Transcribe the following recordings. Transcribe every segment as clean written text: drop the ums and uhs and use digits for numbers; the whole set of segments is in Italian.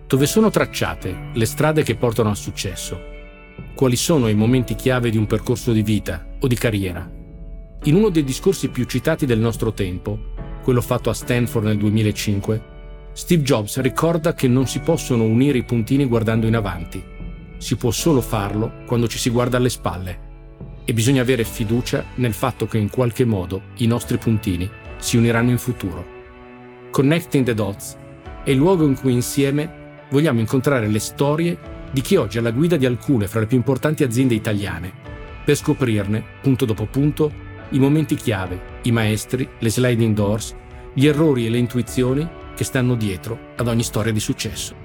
Dove sono tracciate le strade che portano al successo? Quali sono i momenti chiave di un percorso di vita o di carriera? In uno dei discorsi più citati del nostro tempo, quello fatto a Stanford nel 2005, Steve Jobs ricorda che non si possono unire i puntini guardando in avanti. Si può solo farlo quando ci si guarda alle spalle. E bisogna avere fiducia nel fatto che in qualche modo i nostri puntini si uniranno in futuro. Connecting the Dots è il luogo in cui insieme vogliamo incontrare le storie di chi oggi è alla guida di alcune fra le più importanti aziende italiane, per scoprirne, punto dopo punto, i momenti chiave, i maestri, le sliding doors, gli errori e le intuizioni che stanno dietro ad ogni storia di successo.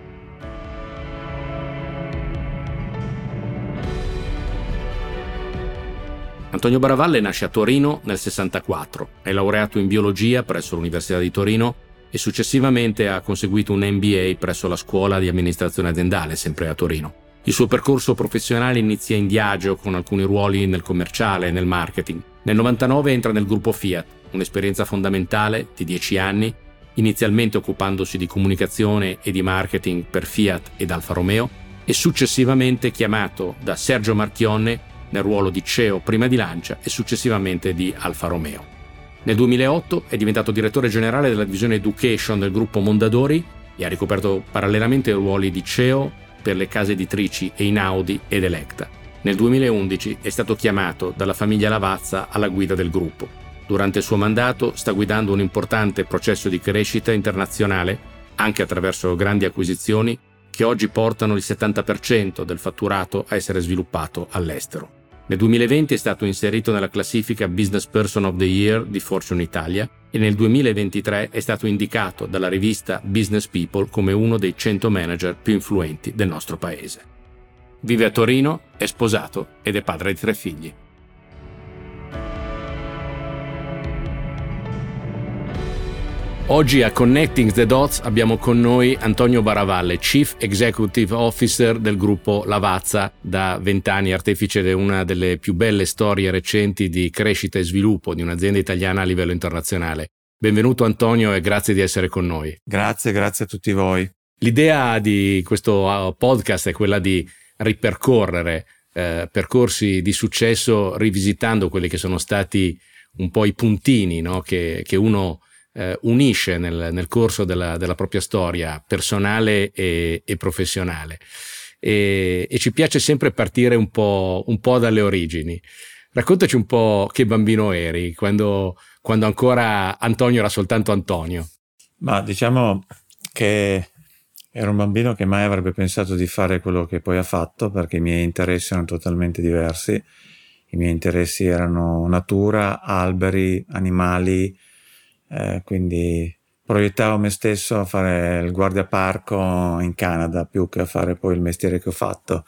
Antonio Baravalle nasce a Torino nel 64, è laureato in biologia presso l'Università di Torino e successivamente ha conseguito un MBA presso la Scuola di Amministrazione Aziendale, sempre a Torino. Il suo percorso professionale inizia in Diageo con alcuni ruoli nel commerciale e nel marketing. Nel 99 entra nel gruppo Fiat, un'esperienza fondamentale di 10 anni, inizialmente occupandosi di comunicazione e di marketing per Fiat ed Alfa Romeo, e successivamente chiamato da Sergio Marchionne nel ruolo di CEO prima di Lancia e successivamente di Alfa Romeo. Nel 2008 è diventato direttore generale della divisione Education del gruppo Mondadori e ha ricoperto parallelamente ruoli di CEO per le case editrici Einaudi ed Electa. Nel 2011 è stato chiamato dalla famiglia Lavazza alla guida del gruppo. Durante il suo mandato sta guidando un importante processo di crescita internazionale, anche attraverso grandi acquisizioni che oggi portano il 70% del fatturato a essere sviluppato all'estero. Nel 2020 è stato inserito nella classifica Business Person of the Year di Fortune Italia e nel 2023 è stato indicato dalla rivista Business People come uno dei 100 manager più influenti del nostro paese. Vive a Torino, è sposato ed è padre di 3 figli. Oggi a Connecting the Dots abbiamo con noi Antonio Baravalle, Chief Executive Officer del gruppo Lavazza, da 20 anni artefice di una delle più belle storie recenti di crescita e sviluppo di un'azienda italiana a livello internazionale. Benvenuto Antonio e grazie di essere con noi. Grazie a tutti voi. L'idea di questo podcast è quella di ripercorrere percorsi di successo rivisitando quelli che sono stati un po' i puntini, no? che uno unisce nel corso della propria storia personale e professionale e ci piace sempre partire un po' dalle origini. Raccontaci un po' che bambino eri quando ancora Antonio era soltanto Antonio. Ma diciamo che era un bambino che mai avrebbe pensato di fare quello che poi ha fatto, perché i miei interessi erano totalmente diversi. I miei interessi erano natura, alberi, animali. Quindi proiettavo me stesso a fare il guardiaparco in Canada più che a fare poi il mestiere che ho fatto.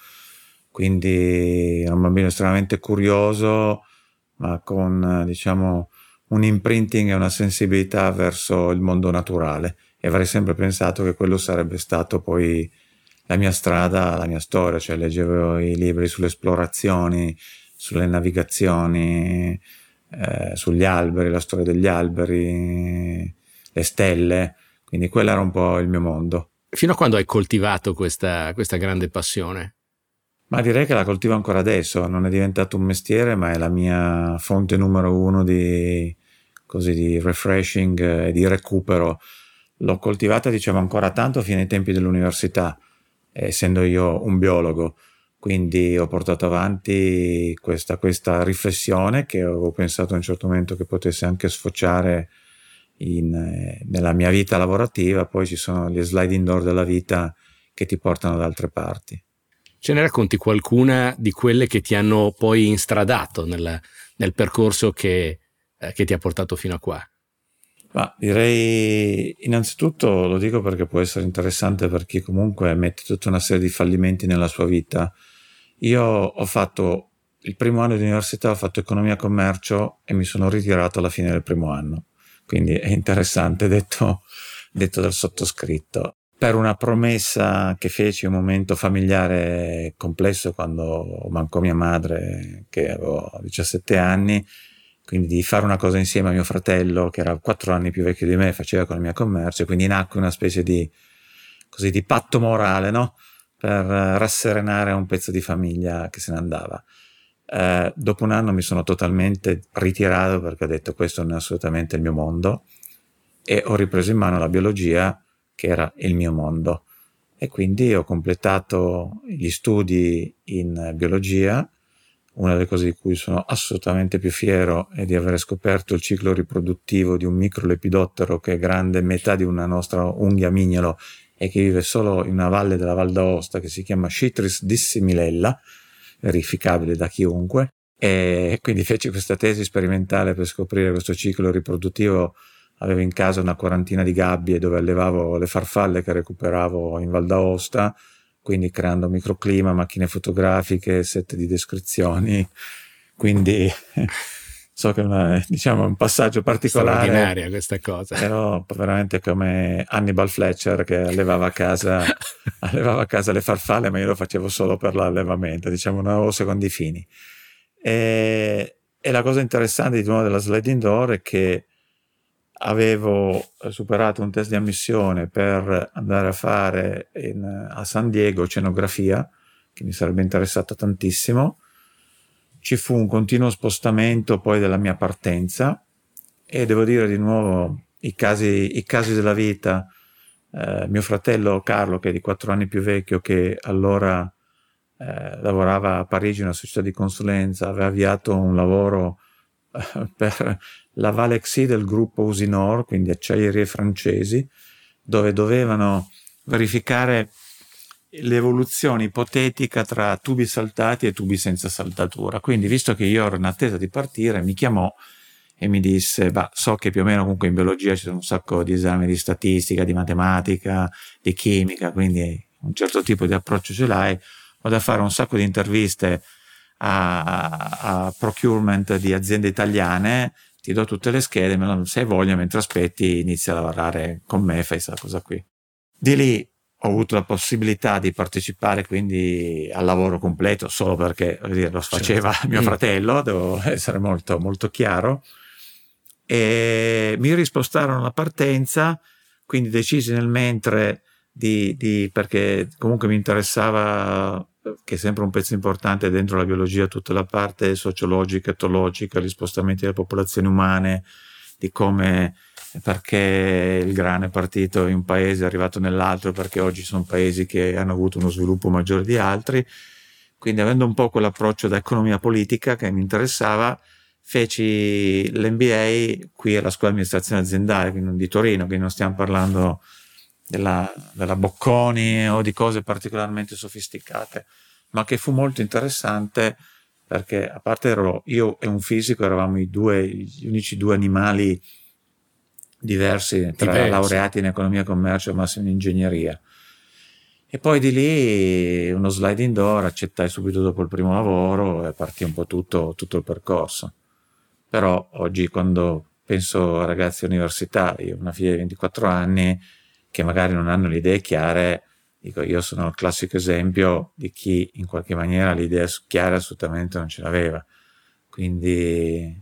Quindi ero un bambino estremamente curioso, ma con diciamo un imprinting e una sensibilità verso il mondo naturale, e avrei sempre pensato che quello sarebbe stato poi la mia strada, la mia storia. Cioè leggevo i libri sulle esplorazioni, sulle navigazioni, sugli alberi, la storia degli alberi, le stelle, quindi quello era un po' il mio mondo. Fino a quando hai coltivato questa grande passione? Ma direi che la coltivo ancora adesso, non è diventato un mestiere, ma è la mia fonte numero 1 di refreshing e di recupero. L'ho coltivata ancora tanto fino ai tempi dell'università, essendo io un biologo. Quindi ho portato avanti questa riflessione che avevo pensato a un certo momento che potesse anche sfociare nella mia vita lavorativa. Poi ci sono gli sliding door della vita che ti portano da altre parti. Ce ne racconti qualcuna di quelle che ti hanno poi instradato nel percorso che ti ha portato fino a qua? Ma direi innanzitutto, lo dico perché può essere interessante per chi comunque mette tutta una serie di fallimenti nella sua vita. Io ho fatto il primo anno di università, ho fatto economia e commercio e mi sono ritirato alla fine del primo anno. Quindi è interessante detto dal sottoscritto. Per una promessa che feci in un momento familiare complesso, quando mancò mia madre, che avevo 17 anni, quindi di fare una cosa insieme a mio fratello, che era 4 anni più vecchio di me, faceva economia e commercio, quindi nacque una specie di così di patto morale, no? Per rasserenare un pezzo di famiglia che se ne andava. Dopo un anno mi sono totalmente ritirato perché ho detto questo non è assolutamente il mio mondo, e ho ripreso in mano la biologia, che era il mio mondo, e quindi ho completato gli studi in biologia. Una delle cose di cui sono assolutamente più fiero è di aver scoperto il ciclo riproduttivo di un microlepidottero che è grande metà di una nostra unghia mignolo e che vive solo in una valle della Val d'Aosta che si chiama Chytris dissimilella, verificabile da chiunque. E quindi feci questa tesi sperimentale per scoprire questo ciclo riproduttivo. Avevo in casa una quarantina di gabbie dove allevavo le farfalle che recuperavo in Val d'Aosta, quindi creando microclima, macchine fotografiche, set di descrizioni. Quindi so che è un passaggio particolare. Straordinaria questa cosa. Ero veramente come Hannibal Fletcher che allevava a casa le farfalle, ma io lo facevo solo per l'allevamento, non avevo secondi fini. E la cosa interessante di nuovo della sliding door è che avevo superato un test di ammissione per andare a fare a San Diego oceanografia, che mi sarebbe interessata tantissimo. Ci fu un continuo spostamento poi della mia partenza, e devo dire di nuovo i casi della vita. Mio fratello Carlo, che è di 4 anni più vecchio, che allora lavorava a Parigi in una società di consulenza, aveva avviato un lavoro per la Valexi del gruppo Usinor, quindi acciaierie francesi, dove dovevano verificare l'evoluzione ipotetica tra tubi saltati e tubi senza saldatura. Quindi, visto che io ero in attesa di partire, mi chiamò e mi disse: so che più o meno comunque in biologia ci sono un sacco di esami di statistica, di matematica, di chimica, quindi un certo tipo di approccio ce l'hai. Ho da fare un sacco di interviste a procurement di aziende italiane, ti do tutte le schede, se hai voglia, mentre aspetti inizia a lavorare con me, fai questa cosa qui. Di lì ho avuto la possibilità di partecipare quindi al lavoro completo, solo perché lo faceva mio fratello, devo essere molto, molto chiaro, e mi rispostarono la partenza, quindi decisi nel mentre perché comunque mi interessava, che è sempre un pezzo importante dentro la biologia, tutta la parte sociologica, etologica, gli spostamenti delle popolazioni umane, di come, perché il grano è partito in un paese, è arrivato nell'altro, perché oggi sono paesi che hanno avuto uno sviluppo maggiore di altri. Quindi, avendo un po' quell'approccio da economia politica che mi interessava, feci l'MBA qui alla scuola di amministrazione aziendale, quindi di Torino, quindi non stiamo parlando della Bocconi o di cose particolarmente sofisticate, ma che fu molto interessante perché, a parte ero io e un fisico, eravamo gli unici 2 animali diversi tra laureati in economia e commercio e massimo in ingegneria. E poi di lì uno sliding door, accettai subito dopo il primo lavoro e partì un po' tutto il percorso. Però oggi, quando penso a ragazzi all'università, io ho una figlia di 24 anni che magari non hanno le idee chiare, dico, io sono il classico esempio di chi in qualche maniera l'idea chiara assolutamente non ce l'aveva. Quindi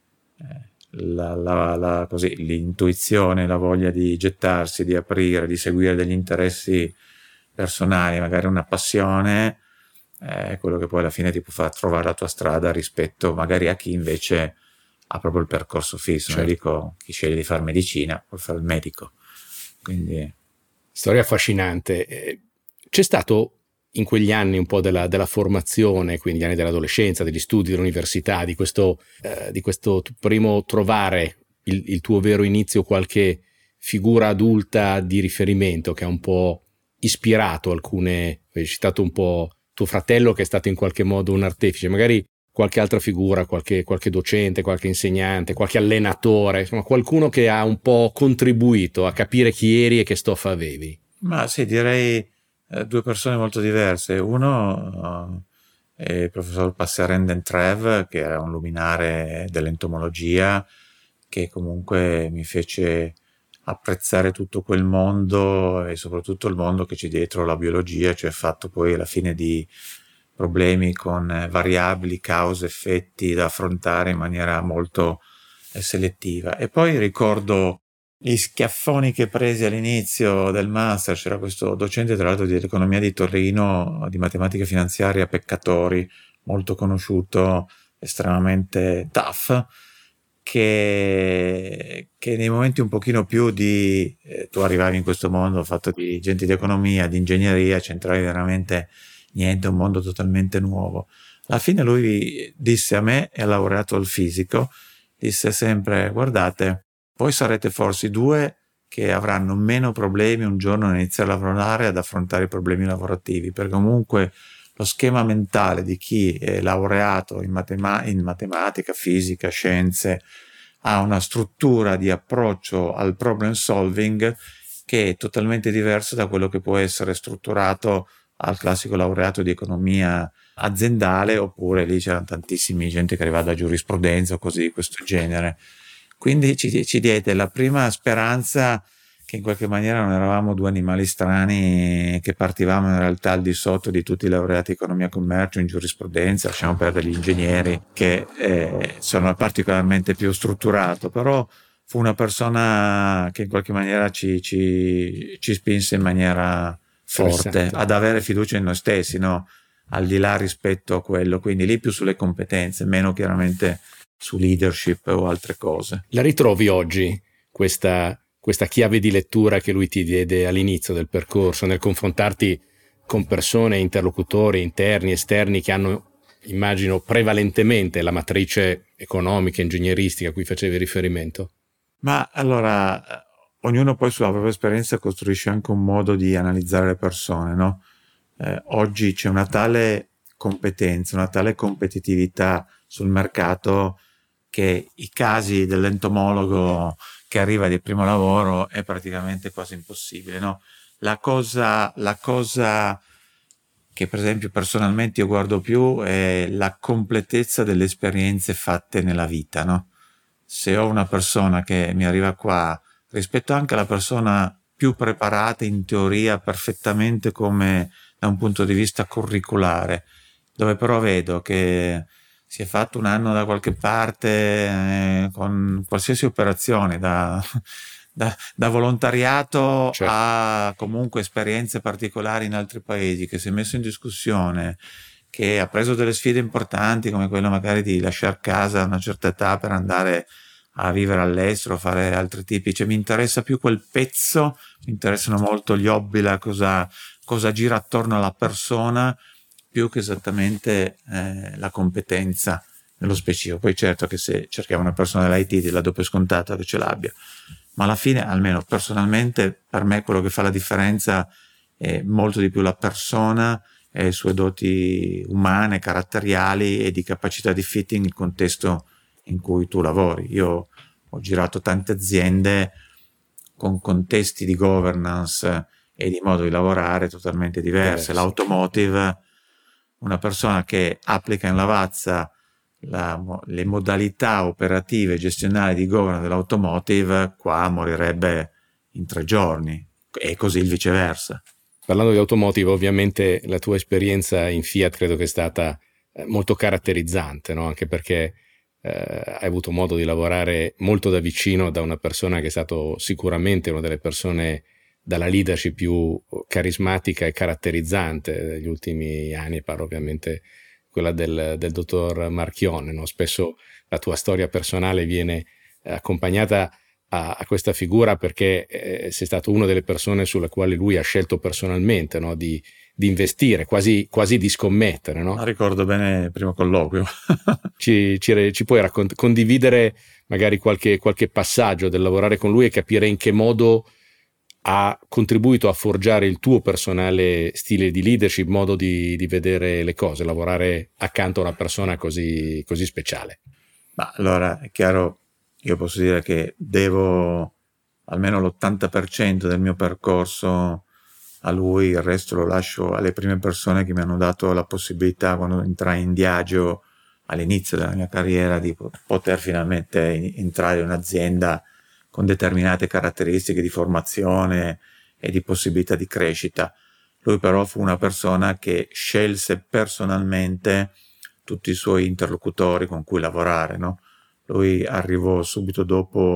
così, l'intuizione, la voglia di gettarsi, di aprire, di seguire degli interessi personali, magari una passione, è quello che poi alla fine ti può far trovare la tua strada rispetto magari a chi invece ha proprio il percorso fisso. Certo. Io dico, chi sceglie di fare medicina può fare il medico. Quindi storia affascinante. C'è stato in quegli anni un po' della formazione, quindi gli anni dell'adolescenza, degli studi, dell'università, di questo primo trovare il tuo vero inizio, qualche figura adulta di riferimento che ha un po' ispirato alcune, hai citato un po' tuo fratello che è stato in qualche modo un artefice, magari qualche altra figura, qualche docente, qualche insegnante, qualche allenatore, insomma qualcuno che ha un po' contribuito a capire chi eri e che stoffa avevi? Ma sì, direi 2 persone molto diverse. Uno è il professor Passarenden-Trev, che era un luminare dell'entomologia, che comunque mi fece apprezzare tutto quel mondo e soprattutto il mondo che c'è dietro la biologia, cioè fatto poi alla fine di problemi con variabili, cause, effetti da affrontare in maniera molto selettiva. E poi ricordo gli schiaffoni che presi all'inizio del master. C'era questo docente, tra l'altro, di economia di Torino, di matematica finanziaria, Peccatori, molto conosciuto, estremamente tough, che nei momenti un pochino più di tu arrivavi in questo mondo fatto di gente di economia, di ingegneria, c'entravi veramente niente, un mondo totalmente nuovo. Alla fine lui disse a me, è laureato al fisico, disse sempre: guardate, voi sarete forse i due che avranno meno problemi un giorno a iniziare a lavorare, ad affrontare i problemi lavorativi, perché comunque lo schema mentale di chi è laureato in matematica, fisica, scienze, ha una struttura di approccio al problem solving che è totalmente diverso da quello che può essere strutturato al classico laureato di economia aziendale, oppure lì c'erano tantissimi gente che arrivava da giurisprudenza o così di questo genere. Quindi ci diede la prima speranza che in qualche maniera non eravamo due animali strani che partivamo in realtà al di sotto di tutti i laureati in economia e commercio, in giurisprudenza, lasciamo perdere gli ingegneri che sono particolarmente più strutturato, però fu una persona che in qualche maniera ci spinse in maniera forte ad avere fiducia in noi stessi, no? Al di là rispetto a quello, quindi lì più sulle competenze, meno chiaramente su leadership o altre cose. La ritrovi oggi questa chiave di lettura che lui ti diede all'inizio del percorso, nel confrontarti con persone, interlocutori interni, esterni, che hanno, immagino, prevalentemente la matrice economica, ingegneristica a cui facevi riferimento? Ma allora, ognuno poi sulla propria esperienza costruisce anche un modo di analizzare le persone, no? Oggi c'è una tale competenza, una tale competitività sul mercato che i casi dell'entomologo che arriva di primo lavoro è praticamente quasi impossibile, no? La cosa che per esempio personalmente io guardo più è la completezza delle esperienze fatte nella vita, no? Se ho una persona che mi arriva qua rispetto anche alla persona più preparata in teoria perfettamente come da un punto di vista curriculare, dove però vedo che si è fatto un anno da qualche parte con qualsiasi operazione, da volontariato, certo, a comunque esperienze particolari in altri paesi, che si è messo in discussione, che ha preso delle sfide importanti come quella magari di lasciare casa a una certa età per andare a vivere all'estero, fare altri tipi, cioè mi interessa più quel pezzo, mi interessano molto gli hobby, cosa gira attorno alla persona, più che esattamente la competenza nello specifico. Poi certo che se cerchiamo una persona dell'IT ti la do per scontato che ce l'abbia, ma alla fine, almeno personalmente, per me quello che fa la differenza è molto di più la persona e le sue doti umane, caratteriali e di capacità di fitting il contesto in cui tu lavori. Io ho girato tante aziende con contesti di governance e di modo di lavorare totalmente diverse. L'automotive, una persona che applica in Lavazza le modalità operative e gestionali di governance dell'automotive, qua morirebbe in 3 giorni, e così il viceversa. Parlando di automotive, ovviamente la tua esperienza in Fiat credo che è stata molto caratterizzante, no? Anche perché hai avuto modo di lavorare molto da vicino da una persona che è stato sicuramente una delle persone dalla leadership più carismatica e caratterizzante degli ultimi anni. Parlo ovviamente quella del dottor Marchionne, no? Spesso la tua storia personale viene accompagnata a questa figura perché sei stato una delle persone sulle quali lui ha scelto personalmente, no? di investire, quasi di scommettere, no? Ricordo bene il primo colloquio. ci puoi condividere magari qualche passaggio del lavorare con lui e capire in che modo ha contribuito a forgiare il tuo personale stile di leadership, modo di vedere le cose, lavorare accanto a una persona così speciale? Ma allora è chiaro, io posso dire che devo almeno l'80% del mio percorso a lui, il resto lo lascio alle prime persone che mi hanno dato la possibilità, quando entrai in Diageo all'inizio della mia carriera, di poter finalmente entrare in un'azienda con determinate caratteristiche di formazione e di possibilità di crescita. Lui però fu una persona che scelse personalmente tutti i suoi interlocutori con cui lavorare, no? Lui arrivò subito dopo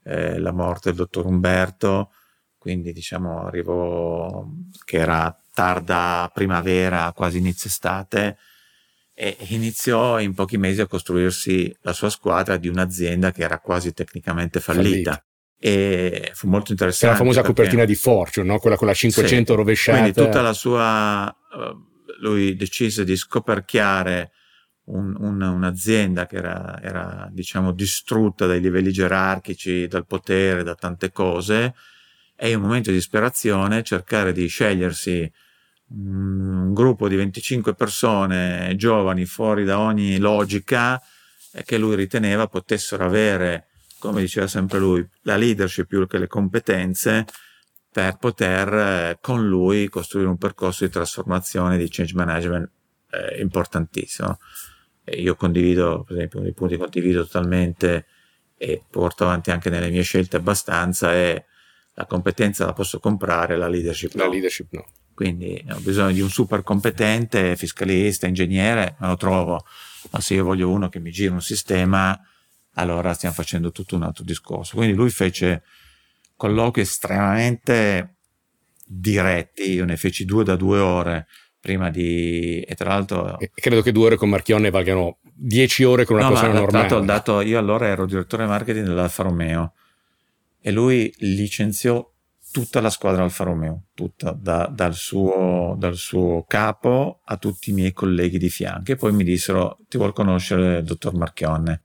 la morte del dottor Umberto, quindi diciamo arrivò che era tarda primavera, quasi inizio estate, e iniziò in pochi mesi a costruirsi la sua squadra di un'azienda che era quasi tecnicamente fallita. E fu molto interessante. Era la famosa copertina di Fortune, no? Quella con la 500 rovesciata. Quindi tutta la sua... lui decise di scoperchiare un'azienda che era diciamo distrutta dai livelli gerarchici, dal potere, da tante cose, e in un momento di disperazione cercare di scegliersi un gruppo di 25 persone giovani fuori da ogni logica, che lui riteneva potessero avere, come diceva sempre lui, la leadership più che le competenze per poter con lui costruire un percorso di trasformazione, di change management importantissimo. E io condivido, per esempio, uno dei punti che condivido totalmente e porto avanti anche nelle mie scelte abbastanza è: la competenza la posso comprare, la leadership no. La leadership no. Quindi ho bisogno di un super competente fiscalista, ingegnere, me lo trovo, ma se io voglio uno che mi gira un sistema, allora stiamo facendo tutto un altro discorso. Quindi lui fece colloqui estremamente diretti, io ne feci 2 da 2 ore prima di... e tra l'altro... credo che 2 ore con Marchionne valgano 10 ore con una persona normale. Io allora ero direttore marketing dell'Alfa Romeo e lui licenziò tutta la squadra Alfa Romeo, tutta, dal suo capo a tutti i miei colleghi di fianco, e poi mi dissero: ti vuol conoscere il dottor Marchionne?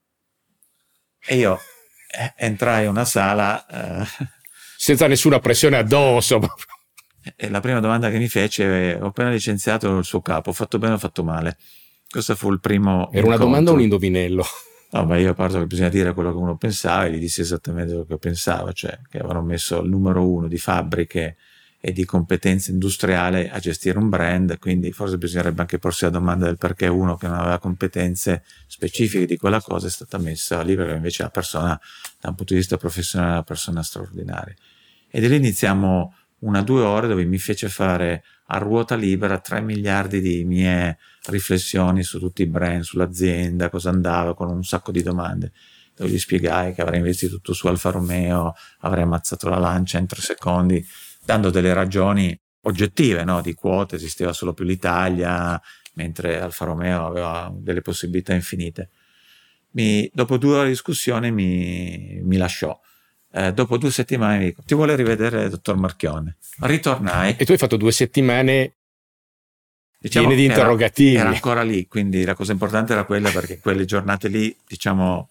E io entrai in una sala senza nessuna pressione addosso, e la prima domanda che mi fece: ho appena licenziato il suo capo, ho fatto bene o ho fatto male? Questo fu il primo era una domanda o un indovinello? No, ma io parto che bisogna dire quello che uno pensava, e gli dissi esattamente quello che pensava, cioè che avevano messo il numero 1 di fabbriche e di competenza industriale a gestire un brand, quindi forse bisognerebbe anche porsi la domanda del perché uno che non aveva competenze specifiche di quella cosa è stata messa lì, perché invece la persona, da un punto di vista professionale, è una persona straordinaria. E da lì iniziamo 1 o 2 ore dove mi fece fare a ruota libera 3 miliardi di mie riflessioni su tutti i brand, sull'azienda, cosa andava, con un sacco di domande, dove gli spiegai che avrei investito tutto su Alfa Romeo, avrei ammazzato la Lancia in 3 secondi, dando delle ragioni oggettive, no? Di quote, esisteva solo più l'Italia, mentre Alfa Romeo aveva delle possibilità infinite. Dopo 2 ore di discussione mi lasciò. Dopo 2 settimane mi dico: ti vuole rivedere il dottor Marchionne? Ritornai. E tu hai fatto 2 settimane piene di interrogativi. Era ancora lì, quindi la cosa importante era quella, perché quelle giornate lì, diciamo,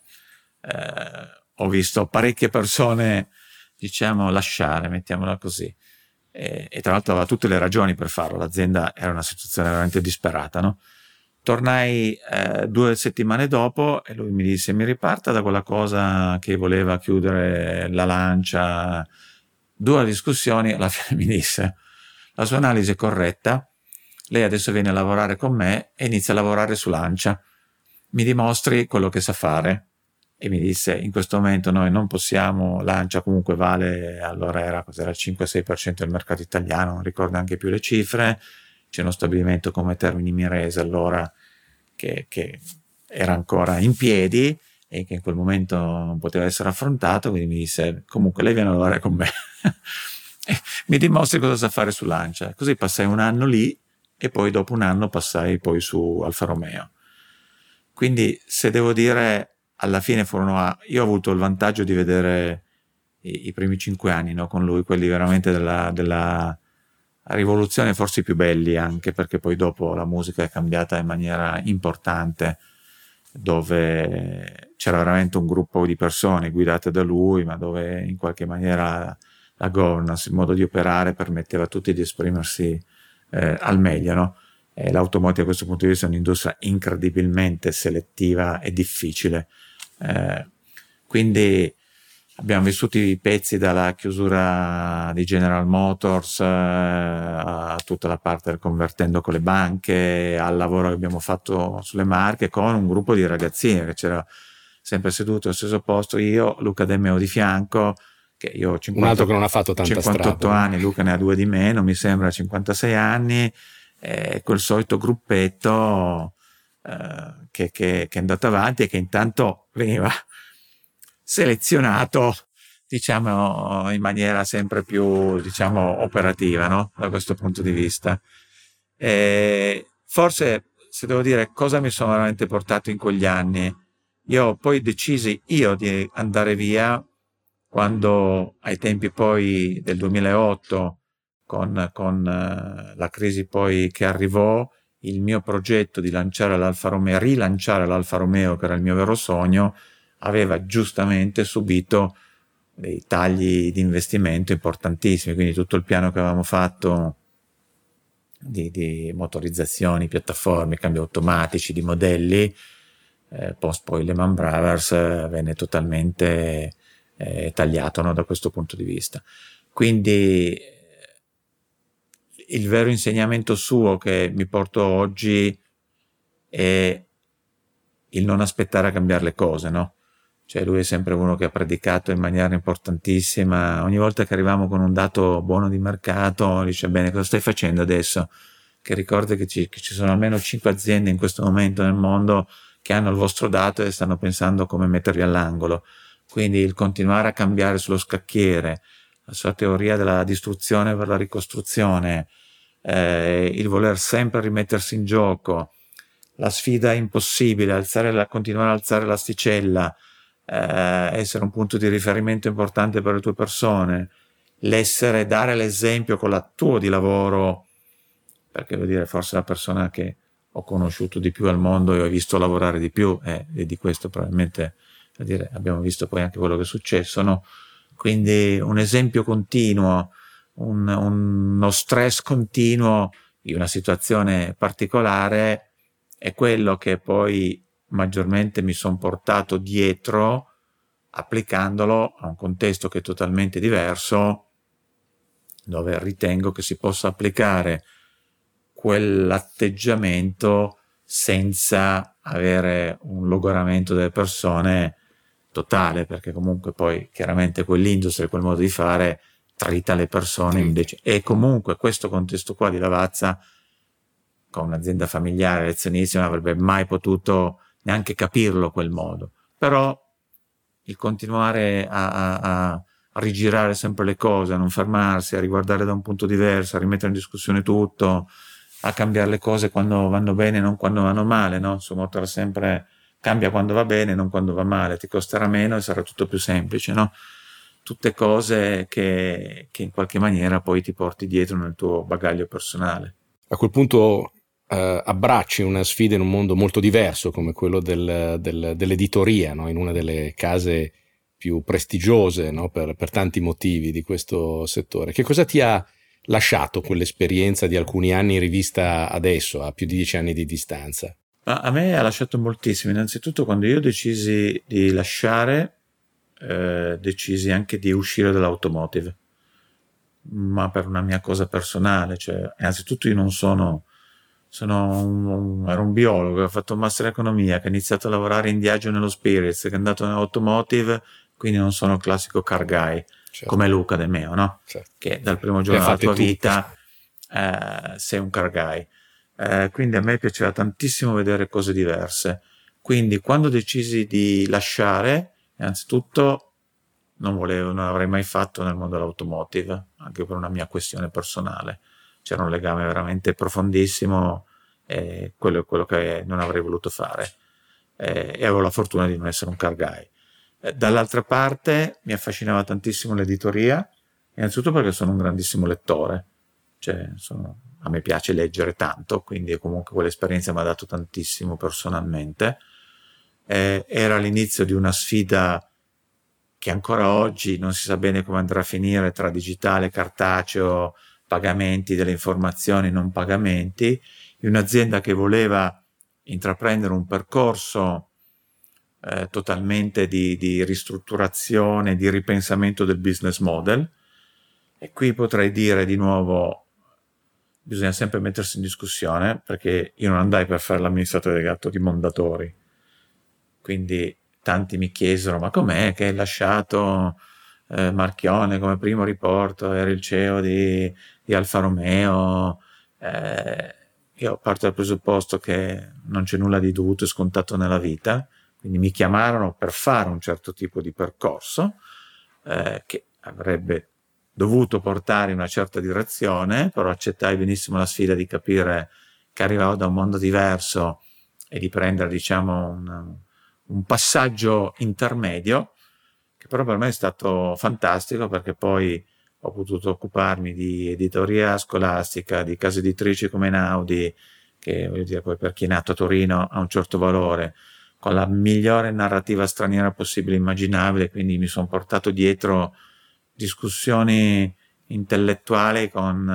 ho visto parecchie persone, diciamo, lasciare, mettiamola così. E tra l'altro aveva tutte le ragioni per farlo, l'azienda era una situazione veramente disperata, no? Tornai 2 settimane dopo e lui mi disse: mi riparta da quella cosa che voleva chiudere la Lancia. 2 discussioni, alla fine mi disse: la sua analisi è corretta, lei adesso viene a lavorare con me e inizia a lavorare su Lancia, mi dimostri quello che sa fare. E mi disse: in questo momento noi non possiamo, Lancia comunque vale, allora era il 5-6% del mercato italiano, non ricordo anche più le cifre. C'è uno stabilimento come Termini Imerese allora che era ancora in piedi e che in quel momento non poteva essere affrontato, quindi mi disse: comunque lei viene a lavorare con me mi dimostri cosa sa fare su Lancia. Così passai 1 anno lì e poi dopo 1 anno passai poi su Alfa Romeo. Quindi, se devo dire, alla fine io ho avuto il vantaggio di vedere i primi 5 anni, no, con lui, quelli veramente della rivoluzione, forse i più belli, anche perché poi dopo la musica è cambiata in maniera importante, dove c'era veramente un gruppo di persone guidate da lui, ma dove in qualche maniera la governance, il modo di operare permetteva a tutti di esprimersi al meglio, no? L'automotive a questo punto di vista è un'industria incredibilmente selettiva e difficile, quindi abbiamo vissuto i pezzi dalla chiusura di General Motors a tutta la parte del convertendo con le banche, al lavoro che abbiamo fatto sulle marche con un gruppo di ragazzini che c'era sempre seduto al stesso posto, io, Luca De Meo di fianco, che io ho un altro che non ha fatto tanta 58 strada, anni, Luca ne ha 2 di meno, mi sembra 56 anni, quel solito gruppetto che è andato avanti e che intanto veniva selezionato diciamo, in maniera sempre più, diciamo, operativa, no? Da questo punto di vista. Forse, se devo dire cosa mi sono veramente portato in quegli anni, io poi decisi io di andare via quando, ai tempi poi del 2008, con la crisi poi che arrivò, il mio progetto di lanciare l'Alfa Romeo, rilanciare l'Alfa Romeo, che era il mio vero sogno, aveva giustamente subito dei tagli di investimento importantissimi, quindi tutto il piano che avevamo fatto di motorizzazioni, piattaforme, cambi automatici, di modelli, post poi Lehman Brothers, venne totalmente tagliato, no, da questo punto di vista. Quindi il vero insegnamento suo che mi porto oggi è il non aspettare a cambiare le cose, no? Cioè lui è sempre uno che ha predicato in maniera importantissima. Ogni volta che arriviamo con un dato buono di mercato, dice: bene, cosa stai facendo adesso? Che ricordi che ci sono almeno 5 aziende in questo momento nel mondo che hanno il vostro dato e stanno pensando come mettervi all'angolo. Quindi il continuare a cambiare sullo scacchiere, la sua teoria della distruzione per la ricostruzione, il voler sempre rimettersi in gioco, la sfida impossibile, continuare ad alzare l'asticella, essere un punto di riferimento importante per le tue persone, dare l'esempio con la tua di lavoro, perché vuol dire forse la persona che ho conosciuto di più al mondo e ho visto lavorare di più, e di questo probabilmente, vuol dire, abbiamo visto poi anche quello che è successo, no? Quindi un esempio continuo, uno stress continuo di una situazione particolare è quello che poi maggiormente mi sono portato dietro, applicandolo a un contesto che è totalmente diverso, dove ritengo che si possa applicare quell'atteggiamento senza avere un logoramento delle persone totale, perché comunque poi chiaramente quell'industria, quel modo di fare trita le persone invece. E comunque questo contesto qua di Lavazza, con un'azienda familiare, lezionissima, non avrebbe mai potuto neanche capirlo quel modo. Però il continuare a rigirare sempre le cose, a non fermarsi, a riguardare da un punto diverso, a rimettere in discussione tutto, a cambiare le cose quando vanno bene, non quando vanno male, no? Su motore sempre cambia quando va bene, non quando va male, ti costerà meno e sarà tutto più semplice, no? Tutte cose che in qualche maniera poi ti porti dietro nel tuo bagaglio personale. A quel punto abbracci una sfida in un mondo molto diverso come quello dell'editoria, no? In una delle case più prestigiose, no? per tanti motivi di questo settore. Che cosa ti ha lasciato quell'esperienza di alcuni anni rivista adesso, a più di 10 anni di distanza? A me ha lasciato moltissimo. Innanzitutto quando io decisi di lasciare, decisi anche di uscire dall'automotive, ma per una mia cosa personale. Cioè, innanzitutto io non ero un biologo, ho fatto un master in economia, che ha iniziato a lavorare in Diageo nello Spirits, che è andato nell'automotive, quindi non sono il classico car guy, certo, come Luca De Meo, no? Certo. Che dal primo giorno della tua vita sei un car guy. Quindi a me piaceva tantissimo vedere cose diverse. Quindi quando decisi di lasciare, innanzitutto non avrei mai fatto nel mondo dell'automotive, anche per una mia questione personale. C'era un legame veramente profondissimo, e quello è quello che non avrei voluto fare, e avevo la fortuna di non essere un car guy. Dall'altra parte mi affascinava tantissimo l'editoria, innanzitutto perché sono un grandissimo lettore, cioè a me piace leggere tanto, quindi comunque quell'esperienza mi ha dato tantissimo personalmente. Era l'inizio di una sfida che ancora oggi non si sa bene come andrà a finire, tra digitale, cartaceo, pagamenti delle informazioni, non pagamenti, in un'azienda che voleva intraprendere un percorso totalmente di ristrutturazione, di ripensamento del business model. E qui potrei dire di nuovo, bisogna sempre mettersi in discussione, perché io non andai per fare l'amministratore delegato di Mondadori, quindi tanti mi chiesero: ma com'è che hai lasciato Marchione come primo riporto, eri il CEO di Alfa Romeo? Io parto dal presupposto che non c'è nulla di dovuto e scontato nella vita, quindi mi chiamarono per fare un certo tipo di percorso, che avrebbe dovuto portare in una certa direzione, però accettai benissimo la sfida di capire che arrivavo da un mondo diverso e di prendere, diciamo, un passaggio intermedio, che però per me è stato fantastico, perché poi ho potuto occuparmi di editoria scolastica, di case editrici come Einaudi, che voglio dire, poi per chi è nato a Torino ha un certo valore, con la migliore narrativa straniera possibile e immaginabile, quindi mi sono portato dietro discussioni intellettuali con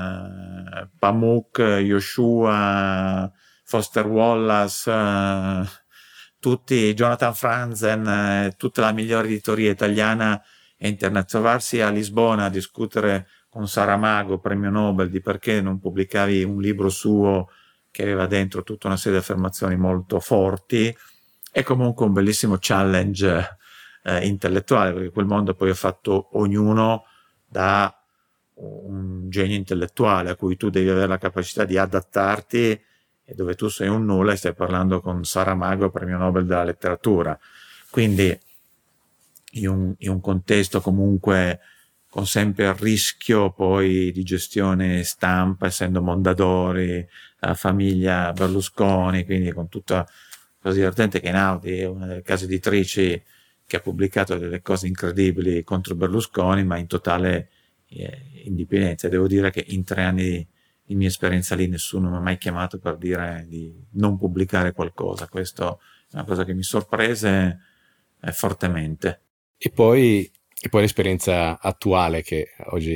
Pamuk, Yoshua, Foster Wallace, tutti, Jonathan Franzen, tutta la migliore editoria italiana e internazionale. Trovarsi a Lisbona a discutere con Saramago, premio Nobel, di perché non pubblicavi un libro suo che aveva dentro tutta una serie di affermazioni molto forti, è comunque un bellissimo challenge intellettuale, perché quel mondo poi è fatto ognuno da un genio intellettuale a cui tu devi avere la capacità di adattarti, e dove tu sei un nulla e stai parlando con Saramago, premio Nobel della letteratura. Quindi in un contesto comunque con sempre il rischio poi di gestione stampa, essendo Mondadori, la famiglia Berlusconi, quindi con tutta cosa divertente, che Einaudi è una delle case editrici che ha pubblicato delle cose incredibili contro Berlusconi, ma in totale indipendenza. Devo dire che in 3 anni di mia esperienza lì nessuno mi ha mai chiamato per dire di non pubblicare qualcosa. Questo è una cosa che mi sorprese fortemente. E poi l'esperienza attuale, che oggi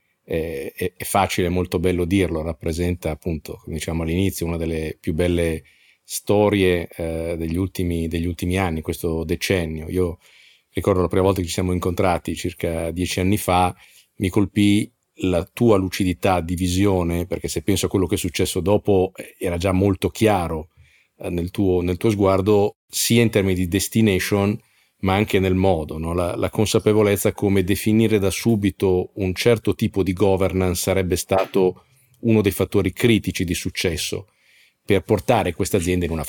è facile, è molto bello dirlo, rappresenta appunto, come diciamo all'inizio, una delle più belle storie degli ultimi anni, questo decennio. Io ricordo la prima volta che ci siamo incontrati circa 10 anni fa, mi colpì la tua lucidità di visione, perché se penso a quello che è successo dopo era già molto chiaro nel tuo sguardo, sia in termini di destination ma anche nel modo, no? La consapevolezza come definire da subito un certo tipo di governance sarebbe stato uno dei fattori critici di successo per portare questa azienda in una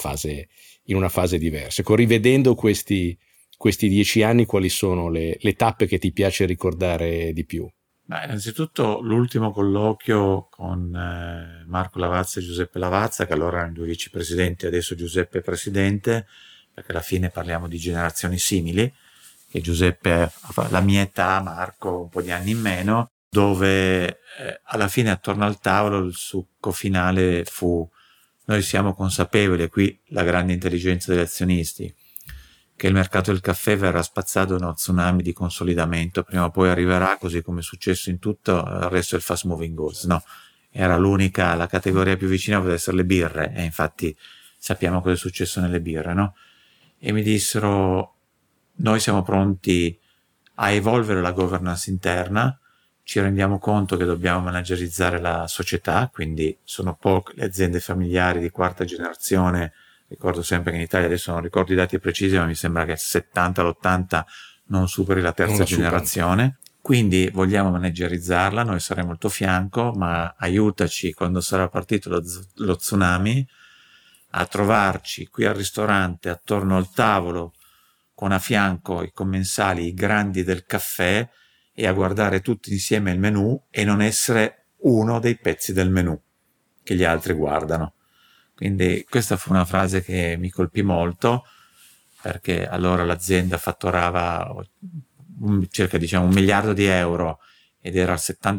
fase diversa. Ecco, rivedendo questi 10 anni, quali sono le tappe che ti piace ricordare di più? Innanzitutto l'ultimo colloquio con Marco Lavazza e Giuseppe Lavazza, che allora erano 2 vicepresidenti, adesso Giuseppe è presidente, perché alla fine parliamo di generazioni simili, che Giuseppe ha la mia età, Marco un po' di anni in meno, dove alla fine attorno al tavolo il succo finale fu: noi siamo consapevoli, e qui la grande intelligenza degli azionisti, che il mercato del caffè verrà spazzato da uno tsunami di consolidamento, prima o poi arriverà, così come è successo in tutto il resto del fast moving goods. No, era la categoria più vicina poteva essere le birre, e infatti sappiamo cosa è successo nelle birre, no? E mi dissero: noi siamo pronti a evolvere la governance interna, ci rendiamo conto che dobbiamo managerizzare la società, quindi sono poche le aziende familiari di 4ª generazione. Ricordo sempre che in Italia, adesso non ricordo i dati precisi, ma mi sembra che il 70, l'80 non superi la 3ª generazione. Quindi vogliamo managerizzarla, noi saremo al tuo fianco, ma aiutaci quando sarà partito lo tsunami a trovarci qui al ristorante attorno al tavolo con a fianco i commensali, i grandi del caffè, e a guardare tutti insieme il menù e non essere uno dei pezzi del menù che gli altri guardano. Quindi questa fu una frase che mi colpì molto, perché allora l'azienda fatturava circa, diciamo, 1 miliardo di euro ed era al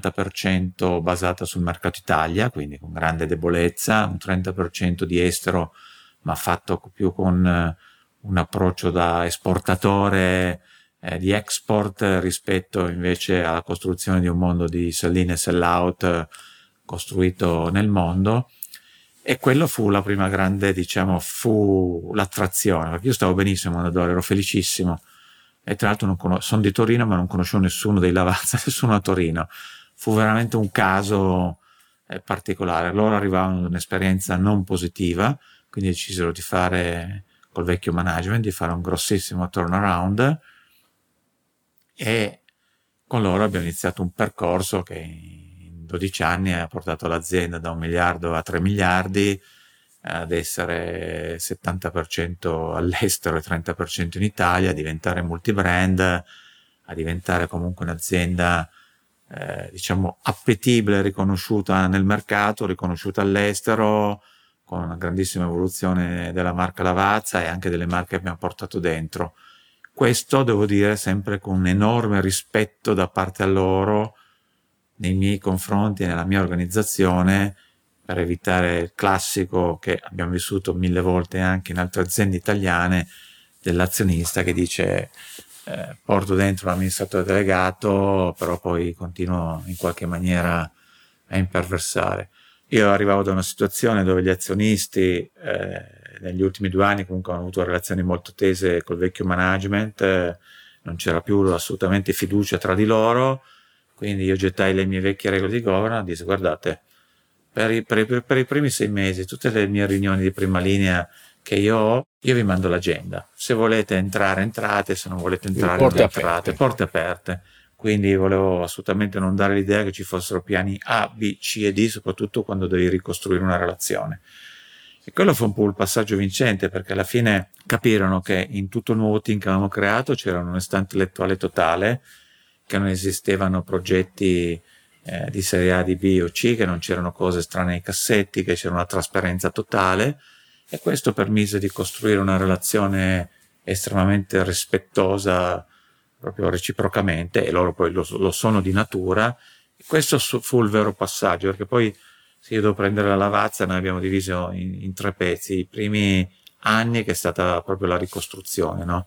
70% basata sul mercato Italia, quindi con grande debolezza, un 30% di estero, ma fatto più con un approccio da esportatore, di export, rispetto invece alla costruzione di un mondo di sell-in e sell-out costruito nel mondo. E quello fu la prima grande, diciamo, fu l'attrazione, perché io stavo benissimo a Mondadori, ero felicissimo. E tra l'altro sono di Torino, ma non conoscevo nessuno dei Lavazza, nessuno a Torino. Fu veramente un caso particolare. Loro arrivavano ad un'esperienza non positiva, quindi decisero di fare, col vecchio management, di fare un grossissimo turnaround, e con loro abbiamo iniziato un percorso che in 12 anni ha portato l'azienda da 1 miliardo a 3 miliardi, ad essere 70% all'estero e 30% in Italia, a diventare multibrand, a diventare comunque un'azienda diciamo appetibile, riconosciuta nel mercato, riconosciuta all'estero, con una grandissima evoluzione della marca Lavazza e anche delle marche che abbiamo portato dentro. Questo devo dire sempre con un enorme rispetto da parte a loro nei miei confronti e nella mia organizzazione, per evitare il classico che abbiamo vissuto 1000 volte anche in altre aziende italiane, dell'azionista che dice porto dentro l'amministratore delegato, però poi continuo in qualche maniera a imperversare. Io arrivavo da una situazione dove gli azionisti negli ultimi 2 anni comunque hanno avuto relazioni molto tese col vecchio management, non c'era più assolutamente fiducia tra di loro, quindi io gettai le mie vecchie regole di governance e dissi: guardate, per i primi 6 mesi tutte le mie riunioni di prima linea che io vi mando l'agenda, se volete entrare entrate, se non volete entrare non entrate, porte aperte. Quindi volevo assolutamente non dare l'idea che ci fossero piani A, B, C e D, soprattutto quando devi ricostruire una relazione. E quello fu un po' il passaggio vincente, perché alla fine capirono che in tutto il nuovo team che avevamo creato c'era un'onestà intellettuale totale, che non esistevano progetti di serie A, di B o C, che non c'erano cose strane nei cassetti, che c'era una trasparenza totale, e questo permise di costruire una relazione estremamente rispettosa proprio reciprocamente, e loro poi lo sono di natura. E questo fu il vero passaggio, perché poi se io devo prendere la Lavazza, noi abbiamo diviso in 3 pezzi. I primi anni, che è stata proprio la ricostruzione, no?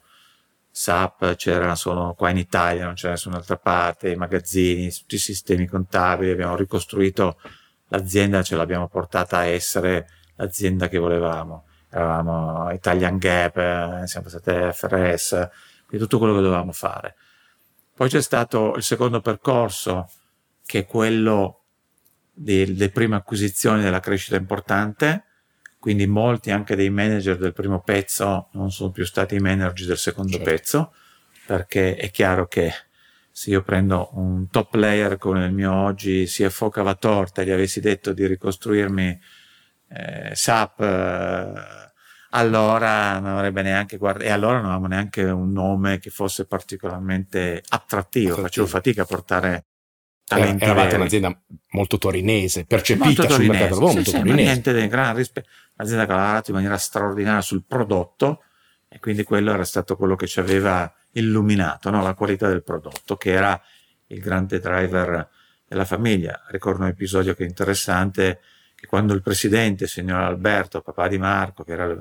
SAP c'era solo qua in Italia, non c'era nessun'altra parte, i magazzini, tutti i sistemi contabili, abbiamo ricostruito l'azienda, ce l'abbiamo portata a essere l'azienda che volevamo. Eravamo Italian Gap, siamo passati a FRS, quindi tutto quello che dovevamo fare. Poi c'è stato il secondo percorso, che è quello delle prime acquisizioni, della crescita importante, quindi molti anche dei manager del primo pezzo non sono più stati i manager del secondo pezzo, perché è chiaro che se io prendo un top player come il mio oggi CFO Cavatorta e gli avessi detto di ricostruirmi SAP, allora non avrebbe neanche e allora non avevamo neanche un nome che fosse particolarmente attrattivo. Facevo fatica a portare talenti eravate veri. Un'azienda molto torinese, percepita sul mercato, molto torinese. Niente di gran rispetto, un'azienda che ha lavorato in maniera straordinaria sul prodotto, e quindi quello era stato quello che ci aveva illuminato, no? La qualità del prodotto, che era il grande driver della famiglia. Ricordo un episodio che è interessante, che quando il presidente, signor Alberto, papà di Marco, che era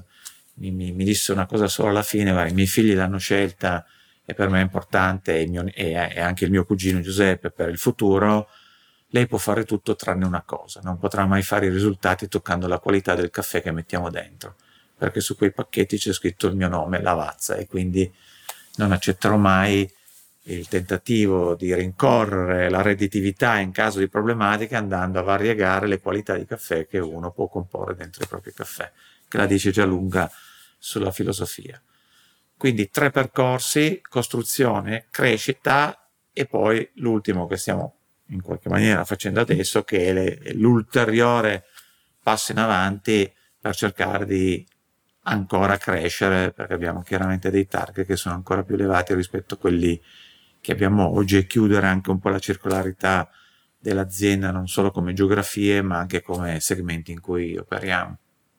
mi disse una cosa solo alla fine: i miei figli l'hanno scelta e per me è importante, e anche il mio cugino Giuseppe per il futuro. Lei può fare tutto tranne una cosa: non potrà mai fare i risultati toccando la qualità del caffè che mettiamo dentro, perché su quei pacchetti c'è scritto il mio nome, Lavazza, e quindi non accetterò mai il tentativo di rincorrere la redditività in caso di problematiche andando a variegare le qualità di caffè che uno può comporre dentro i propri caffè, che la dice già lunga sulla filosofia. Quindi 3 percorsi: costruzione, crescita, e poi l'ultimo che stiamo in qualche maniera facendo adesso, che è l'ulteriore passo in avanti per cercare di ancora crescere, perché abbiamo chiaramente dei target che sono ancora più elevati rispetto a quelli che abbiamo oggi, e chiudere anche un po' la circolarità dell'azienda, non solo come geografie ma anche come segmenti in cui operiamo.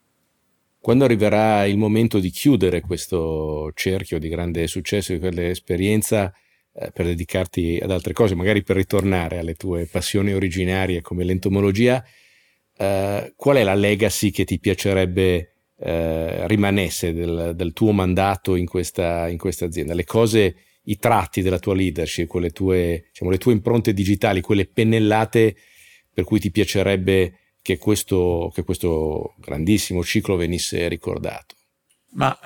Quando arriverà il momento di chiudere questo cerchio di grande successo, di quella esperienza, per dedicarti ad altre cose, magari per ritornare alle tue passioni originarie come l'entomologia, qual è la legacy che ti piacerebbe rimanesse del tuo mandato in questa azienda? Le cose, i tratti della tua leadership, quelle tue, diciamo, le tue impronte digitali, quelle pennellate per cui ti piacerebbe che questo grandissimo ciclo venisse ricordato? Ma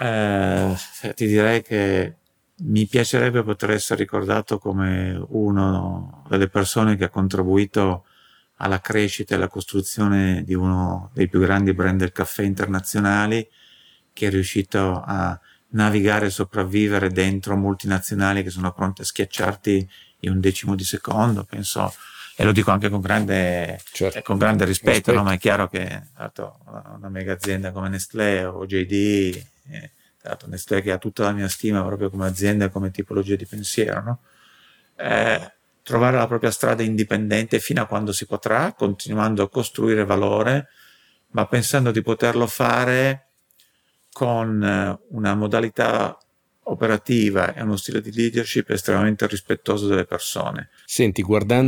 ti direi che mi piacerebbe poter essere ricordato come una delle persone che ha contribuito alla crescita e alla costruzione di uno dei più grandi brand del caffè internazionali, che è riuscito a navigare e sopravvivere dentro multinazionali che sono pronte a schiacciarti in un decimo di secondo, penso, e lo dico anche con grande rispetto, no? Ma è chiaro che una mega azienda come Nestlé o JD, Nestlé che ha tutta la mia stima proprio come azienda e come tipologia di pensiero, no? trovare la propria strada indipendente fino a quando si potrà, continuando a costruire valore, ma pensando di poterlo fare con una modalità operativa e uno stile di leadership estremamente rispettoso delle persone. Senti,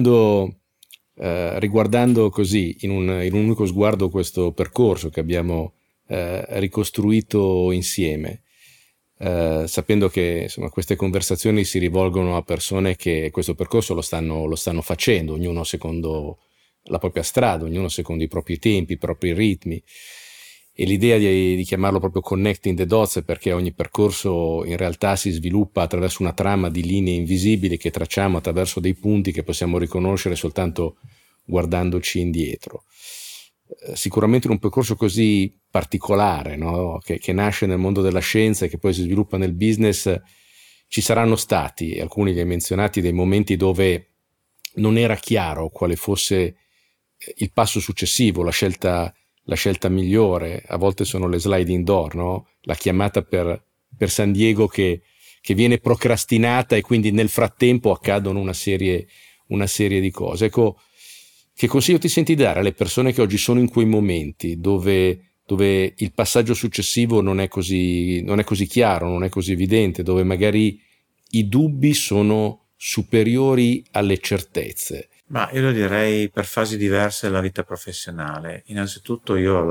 riguardando così in un unico sguardo questo percorso che abbiamo ricostruito insieme, sapendo che insomma queste conversazioni si rivolgono a persone che questo percorso lo stanno facendo, ognuno secondo la propria strada, ognuno secondo i propri tempi, i propri ritmi, e l'idea di chiamarlo proprio connecting the dots è perché ogni percorso in realtà si sviluppa attraverso una trama di linee invisibili che tracciamo attraverso dei punti che possiamo riconoscere soltanto guardandoci indietro. Sicuramente in un percorso così particolare, no? che nasce nel mondo della scienza e che poi si sviluppa nel business, ci saranno stati, alcuni li hai menzionati, dei momenti dove non era chiaro quale fosse il passo successivo, la scelta migliore. A volte sono le sliding door, no? La chiamata per San Diego che viene procrastinata e quindi nel frattempo accadono una serie di cose. Ecco, che consiglio ti senti dare alle persone che oggi sono in quei momenti dove il passaggio successivo non è così chiaro, non è così evidente, dove magari i dubbi sono superiori alle certezze? Ma io lo direi per fasi diverse della vita professionale. Innanzitutto io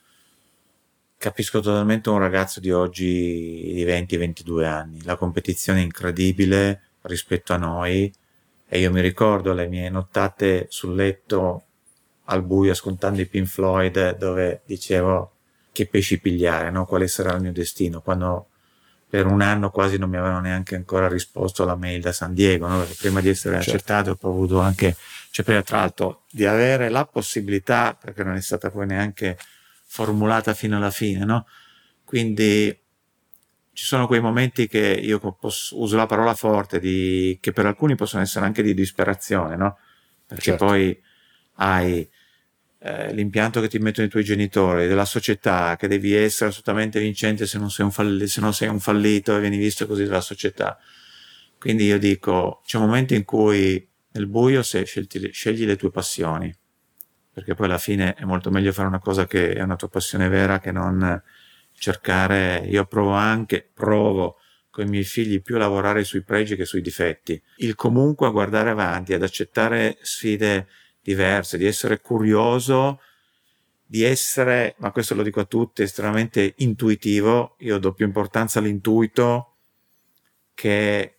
capisco totalmente un ragazzo di oggi di 20-22 anni. La competizione è incredibile rispetto a noi, e io mi ricordo le mie nottate sul letto al buio ascoltando i Pink Floyd, dove dicevo che pesci pigliare, no? Quale sarà il mio destino, quando per un anno quasi non mi avevano neanche ancora risposto alla mail da San Diego, no? Perché prima di essere accettato ho avuto anche, tra l'altro, di avere la possibilità, perché non è stata poi neanche formulata fino alla fine, no? Quindi ci sono quei momenti che io uso la parola forte, che per alcuni possono essere anche di disperazione, no? Perché poi hai l'impianto che ti mettono i tuoi genitori, della società, che devi essere assolutamente vincente, se non sei un fallito e vieni visto così dalla società. Quindi io dico, c'è un momento in cui nel buio scegli le tue passioni, perché poi alla fine è molto meglio fare una cosa che è una tua passione vera che non cercare. Io provo con i miei figli più a lavorare sui pregi che sui difetti, il comunque a guardare avanti, ad accettare sfide diverse, di essere curioso, di essere, ma questo lo dico a tutti, estremamente intuitivo. Io do più importanza all'intuito che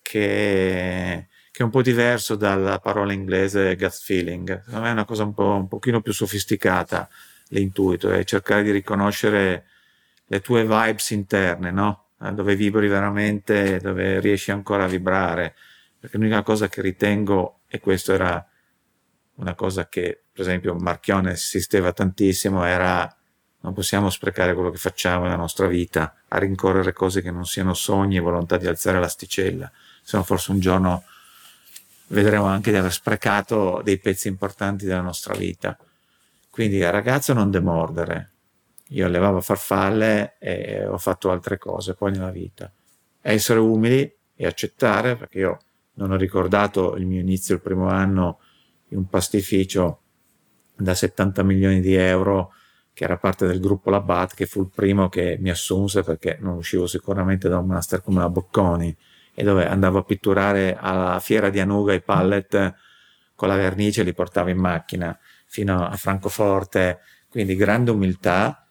è un po' diverso dalla parola inglese gut feeling. Secondo me è una cosa un pochino più sofisticata, l'intuito, è cercare di riconoscere le tue vibes interne, no? Dove vibri veramente, dove riesci ancora a vibrare. Perché l'unica cosa che ritengo, e questo era una cosa che per esempio Marchionne insisteva tantissimo, era: non possiamo sprecare quello che facciamo nella nostra vita a rincorrere cose che non siano sogni e volontà di alzare l'asticella, se no forse un giorno vedremo anche di aver sprecato dei pezzi importanti della nostra vita. Quindi ragazzo, non demordere. Io allevavo farfalle e ho fatto altre cose poi nella vita. Essere umili e accettare, perché io non ho ricordato il mio inizio il primo anno in un pastificio da 70 milioni di euro, che era parte del gruppo Labatt, che fu il primo che mi assunse perché non uscivo sicuramente da un master come la Bocconi, e dove andavo a pitturare alla fiera di Anuga i pallet con la vernice, li portavo in macchina fino a Francoforte. Quindi grande umiltà.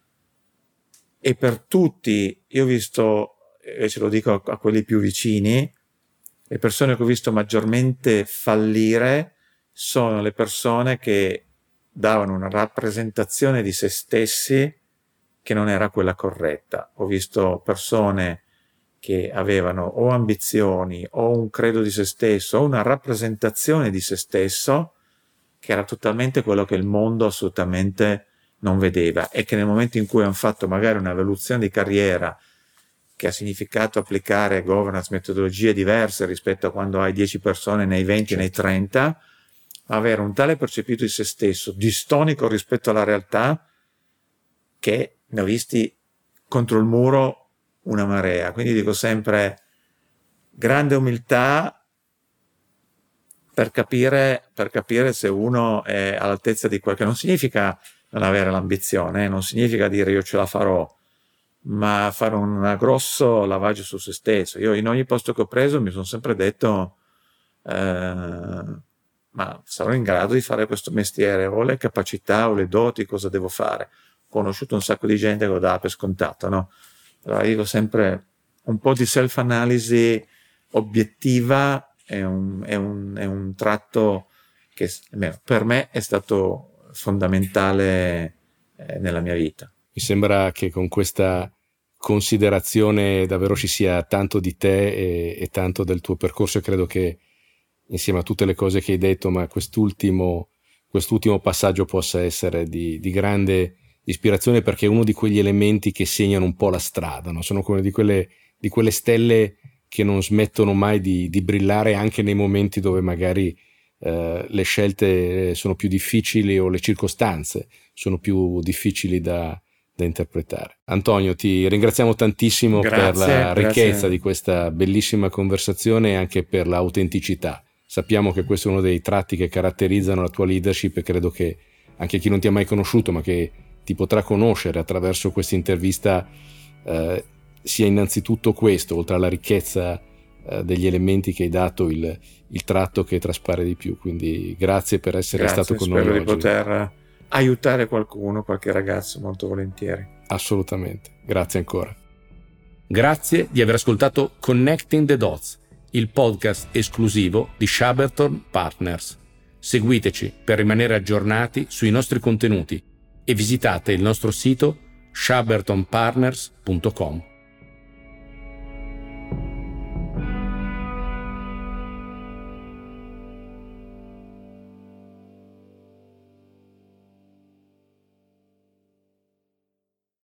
E per tutti, io ho visto, e ce lo dico a quelli più vicini, le persone che ho visto maggiormente fallire sono le persone che davano una rappresentazione di se stessi che non era quella corretta. Ho visto persone che avevano o ambizioni o un credo di se stesso o una rappresentazione di se stesso che era totalmente quello che il mondo assolutamente non vedeva, e che nel momento in cui hanno fatto magari un'evoluzione di carriera che ha significato applicare governance, metodologie diverse rispetto a quando hai 10 persone nei 20, nei 30, avere un tale percepito di se stesso, distonico rispetto alla realtà, che ne ho visti contro il muro una marea. Quindi dico sempre: grande umiltà, per capire se uno è all'altezza di quel che non significa non avere l'ambizione, non significa dire io ce la farò, ma fare un grosso lavaggio su se stesso. Io in ogni posto che ho preso mi sono sempre detto ma sarò in grado di fare questo mestiere, ho le capacità, ho le doti, cosa devo fare? Ho conosciuto un sacco di gente che lo dava per scontato, no? Però io sempre un po' di self-analisi obiettiva è un tratto che per me è stato fondamentale nella mia vita. Mi sembra che con questa considerazione davvero ci sia tanto di te e tanto del tuo percorso, e credo che insieme a tutte le cose che hai detto, ma quest'ultimo passaggio possa essere di grande ispirazione, perché è uno di quegli elementi che segnano un po' la strada, no? Sono come di quelle stelle che non smettono mai di brillare anche nei momenti dove magari le scelte sono più difficili o le circostanze sono più difficili da interpretare. Antonio, ti ringraziamo tantissimo per la ricchezza di questa bellissima conversazione e anche per l'autenticità. Sappiamo che questo è uno dei tratti che caratterizzano la tua leadership, e credo che anche chi non ti ha mai conosciuto ma che ti potrà conoscere attraverso questa intervista sia innanzitutto questo, oltre alla ricchezza degli elementi che hai dato, il tratto che traspare di più. Quindi grazie per essere stato con noi oggi. Spero di poter aiutare qualcuno, qualche ragazzo, molto volentieri. Assolutamente, grazie ancora. Grazie di aver ascoltato Connecting the Dots, il podcast esclusivo di Shaberton Partners. Seguiteci per rimanere aggiornati sui nostri contenuti e visitate il nostro sito shabertonpartners.com.